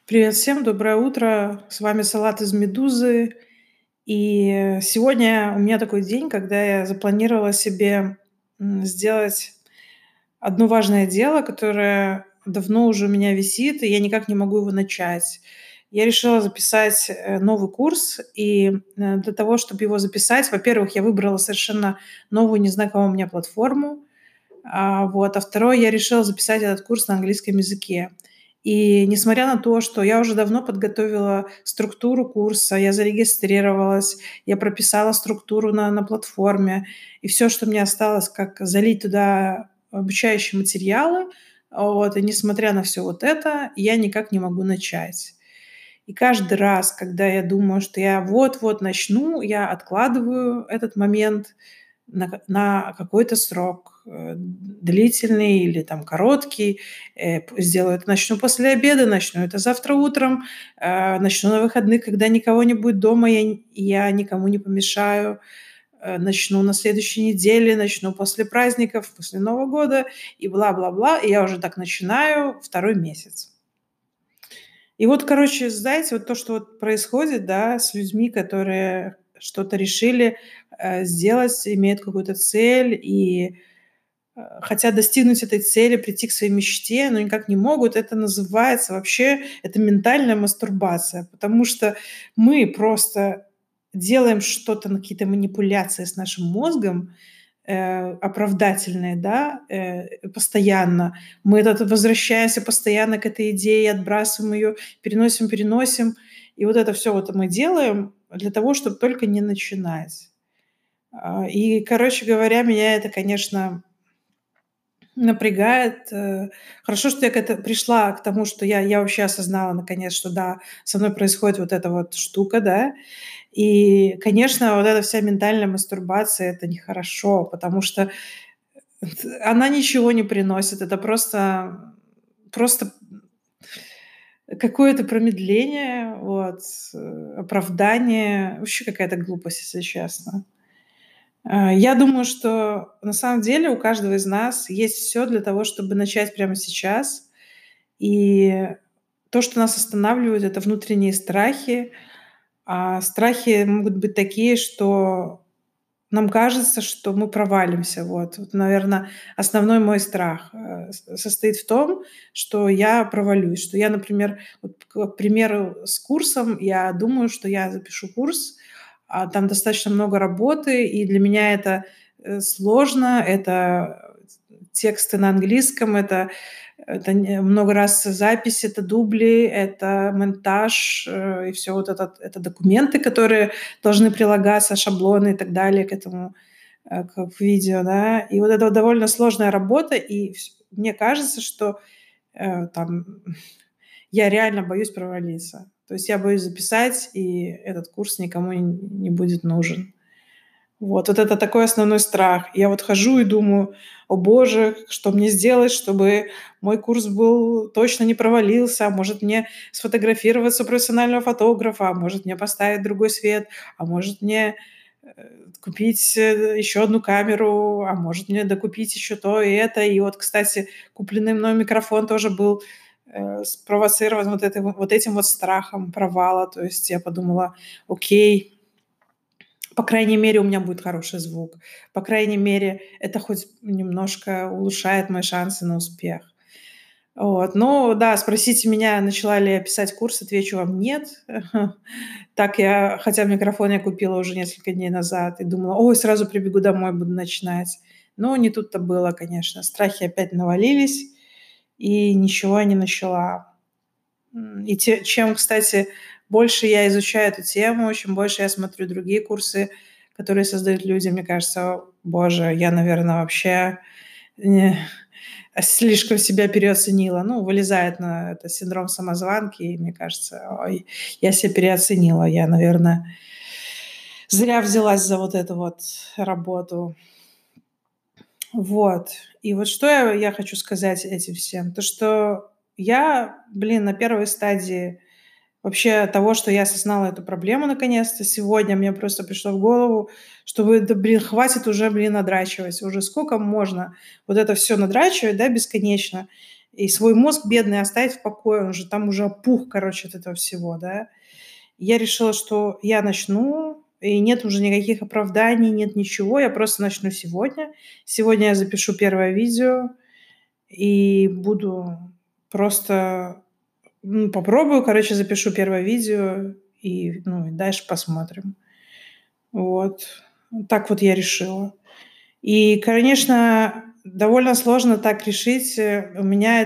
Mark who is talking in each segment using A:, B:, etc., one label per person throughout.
A: Привет всем, доброе утро. С вами Салат из Медузы. И сегодня у меня такой день, когда я запланировала себе сделать одно важное дело, которое давно уже у меня висит, и я никак не могу его начать. Я решила записать новый курс, и для того, чтобы его записать, во-первых, я выбрала совершенно новую, незнакомую мне платформу, а второе, я решила записать этот курс на английском языке. И несмотря на то, что я уже давно подготовила структуру курса, я зарегистрировалась, я прописала структуру на платформе, и все, что мне осталось, как залить туда обучающие материалы, и несмотря на все вот это, я никак не могу начать. И каждый раз, когда я думаю, что я вот-вот начну, я откладываю этот момент на какой-то срок, длительный или там короткий. Сделаю это, начну после обеда, начну это завтра утром, начну на выходных, когда никого не будет дома, я никому не помешаю. Начну на следующей неделе, начну после праздников, после Нового года и бла-бла-бла. И я уже так начинаю второй месяц. И вот, короче, знаете, вот то, что вот происходит, да, с людьми, которые что-то решили сделать, имеют какую-то цель и хотят достигнуть этой цели, прийти к своей мечте, но никак не могут. Это называется вообще, это ментальная мастурбация, потому что мы просто делаем что-то, какие-то манипуляции с нашим мозгом, оправдательные, да, постоянно. Мы возвращаемся постоянно к этой идее, отбрасываем ее, переносим. И вот это все вот мы делаем для того, чтобы только не начинать. И, короче говоря, меня это, конечно, напрягает. Хорошо, что я пришла к тому, что я вообще осознала наконец, что да, со мной происходит вот эта вот штука, да. И, конечно, вот эта вся ментальная мастурбация — это нехорошо, потому что она ничего не приносит. Это просто какое-то промедление, оправдание. Вообще какая-то глупость, если честно. Я думаю, что на самом деле у каждого из нас есть все для того, чтобы начать прямо сейчас. И то, что нас останавливает — это внутренние страхи. А страхи могут быть такие, что нам кажется, что мы провалимся. Вот, наверно, основной мой страх, состоит в том, что я провалюсь, что я, например, вот, к примеру, с курсом, я думаю, что я запишу курс, а там достаточно много работы, и для меня это, сложно. Это тексты на английском, это не много раз запись, это дубли, это монтаж, и все вот это документы, которые должны прилагаться, шаблоны и так далее к этому, к видео, да. И вот это вот довольно сложная работа, и мне кажется, что, там я реально боюсь провалиться. То есть я боюсь записать, и этот курс никому не будет нужен. Вот это такой основной страх. Я вот хожу и думаю: "О боже, что мне сделать, чтобы мой курс был точно не провалился? А может, мне сфотографироваться у профессионального фотографа? А может, мне поставить другой свет? А может, мне, купить, еще одну камеру? А может, мне докупить еще то и это?" И вот, кстати, купленный мной микрофон тоже был, спровоцирован вот этим вот страхом провала. То есть я подумала: "Окей, по крайней мере, у меня будет хороший звук. По крайней мере, это хоть немножко улучшает мои шансы на успех". Вот. Ну да, спросите меня, начала ли я писать курс, отвечу вам: нет. Так хотя микрофон я купила уже несколько дней назад и думала: ой, сразу прибегу домой, буду начинать. Но не тут-то было, конечно. Страхи опять навалились, и ничего я не начала. Чем, кстати, больше я изучаю эту тему, чем больше я смотрю другие курсы, которые создают люди, мне кажется, боже, я, наверное, вообще не слишком себя переоценила. Ну, вылезает на это синдром самозванки, и мне кажется, ой, я себя переоценила. Я, наверное, зря взялась за вот эту вот работу. Вот. И вот что я хочу сказать этим всем. То, что я, на первой стадии вообще того, что я осознала эту проблему наконец-то сегодня, мне просто пришло в голову, что хватит уже, надрачивать. Уже сколько можно вот это все надрачивать, да, бесконечно. и свой мозг бедный оставить в покое, он же там уже опух, короче, от этого всего, да. Я решила, что я начну, и нет уже никаких оправданий, нет ничего, я просто начну сегодня. Сегодня я запишу первое видео и буду просто, попробую, короче, запишу первое видео и, и дальше посмотрим. Вот. Так вот я решила. И, конечно, довольно сложно так решить. У меня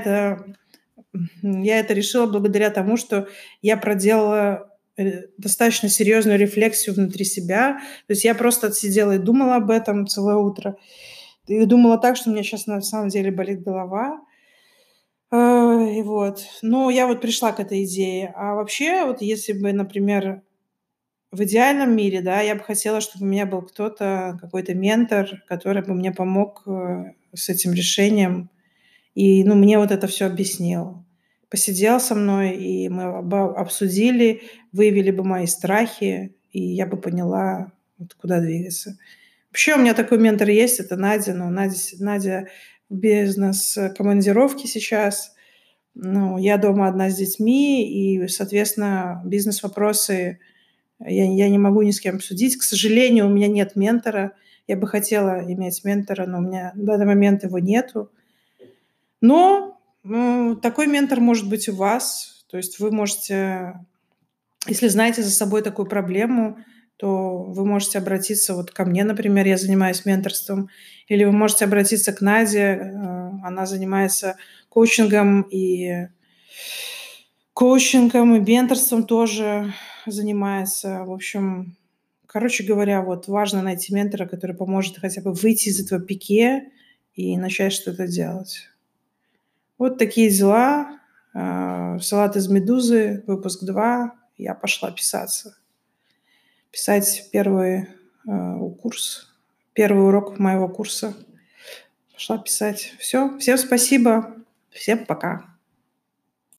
A: я это решила благодаря тому, что я проделала достаточно серьезную рефлексию внутри себя. То есть я просто отсидела и думала об этом целое утро. И думала так, что у меня сейчас на самом деле болит голова. И вот. Но я вот пришла к этой идее. А вообще, вот если бы, например, в идеальном мире, да, я бы хотела, чтобы у меня был кто-то, какой-то ментор, который бы мне помог с этим решением. И, мне вот это все объяснил. Посидел со мной, и мы обсудили, выявили бы мои страхи, и я бы поняла, вот куда двигаться. Вообще у меня такой ментор есть, это Надя. Но Надя в бизнес-командировке сейчас. Я дома одна с детьми, и, соответственно, бизнес-вопросы я не могу ни с кем обсудить. К сожалению, у меня нет ментора. Я бы хотела иметь ментора, но у меня в данный момент его нету. Но, такой ментор может быть у вас. То есть вы можете, если знаете за собой такую проблему, то вы можете обратиться вот ко мне, например, я занимаюсь менторством, или вы можете обратиться к Наде, она занимается коучингом и менторством тоже занимается. В общем, короче говоря, вот важно найти ментора, который поможет хотя бы выйти из этого пике и начать что-то делать. Вот такие дела. «Салат из медузы», выпуск 2. Я пошла писать первый первый урок моего курса. Пошла писать. Все. Всем спасибо. Всем пока.